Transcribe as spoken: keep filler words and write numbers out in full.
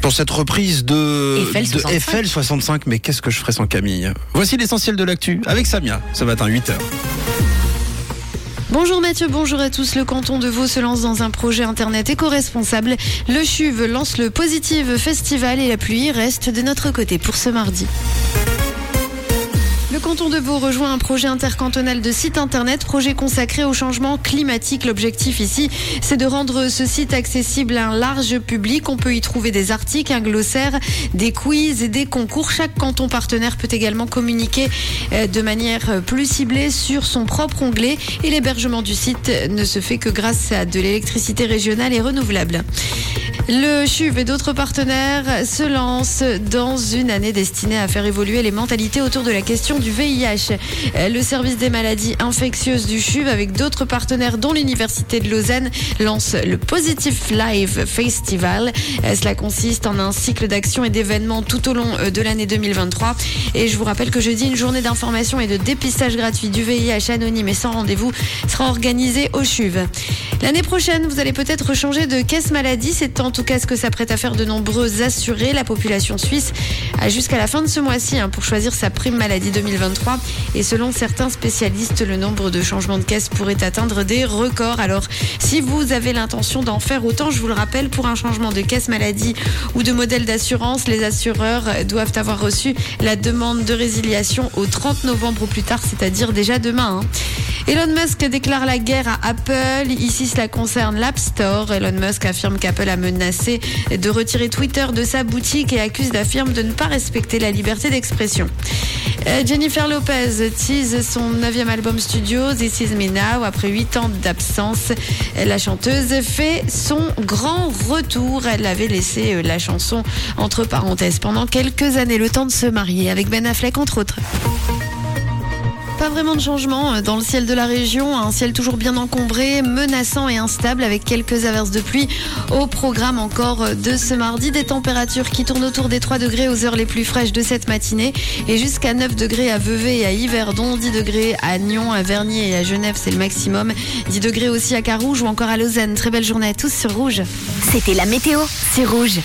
pour cette reprise de Eiffel de soixante-cinq. Eiffel soixante-cinq. Mais qu'est-ce que je ferais sans Camille? Voici l'essentiel de l'actu avec Samia, ce matin huit heures. Bonjour Mathieu, bonjour à tous. Le canton de Vaud se lance dans un projet internet éco-responsable. Le CHUV lance le Positive Festival et la pluie reste de notre côté pour ce mardi. Le canton de Vaud rejoint un projet intercantonal de site internet, projet consacré au changement climatique. L'objectif ici, c'est de rendre ce site accessible à un large public. On peut y trouver des articles, un glossaire, des quiz et des concours. Chaque canton partenaire peut également communiquer de manière plus ciblée sur son propre onglet. Et l'hébergement du site ne se fait que grâce à de l'électricité régionale et renouvelable. Le CHUV et d'autres partenaires se lancent dans une année destinée à faire évoluer les mentalités autour de la question du V I H. Le service des maladies infectieuses du CHUV avec d'autres partenaires dont l'Université de Lausanne lance le Positive Live Festival. Cela consiste en un cycle d'actions et d'événements tout au long de l'année deux mille vingt-trois. Et je vous rappelle que jeudi, une journée d'information et de dépistage gratuit du V I H anonyme et sans rendez-vous sera organisée au CHUV. L'année prochaine, vous allez peut-être changer de caisse maladie. C'est en tout cas ce que s'apprête à faire de nombreux assurés. La population suisse a jusqu'à la fin de ce mois-ci hein, pour choisir sa prime maladie deux mille vingt-trois. Et selon certains spécialistes, le nombre de changements de caisse pourrait atteindre des records. Alors, si vous avez l'intention d'en faire autant, je vous le rappelle, pour un changement de caisse maladie ou de modèle d'assurance, les assureurs doivent avoir reçu la demande de résiliation au trente novembre ou plus tard, c'est-à-dire déjà demain. Hein. Elon Musk déclare la guerre à Apple. Ici, cela concerne l'App Store. Elon Musk affirme qu'Apple a menacé de retirer Twitter de sa boutique et accuse d'affirme de ne pas respecter la liberté d'expression. Euh, Jennifer Lopez tease son neuvième album studio, This Is Me Now. Après huit ans d'absence, la chanteuse fait son grand retour. Elle avait laissé la chanson entre parenthèses pendant quelques années, le temps de se marier avec Ben Affleck entre autres. Pas vraiment de changement dans le ciel de la région, un ciel toujours bien encombré, menaçant et instable avec quelques averses de pluie au programme encore de ce mardi. Des températures qui tournent autour des trois degrés aux heures les plus fraîches de cette matinée et jusqu'à neuf degrés à Vevey et à Yverdon, dix degrés à Nyon, à Vernier et à Genève, c'est le maximum, dix degrés aussi à Carouge ou encore à Lausanne. Très belle journée à tous sur Rouge. C'était la météo, c'est Rouge.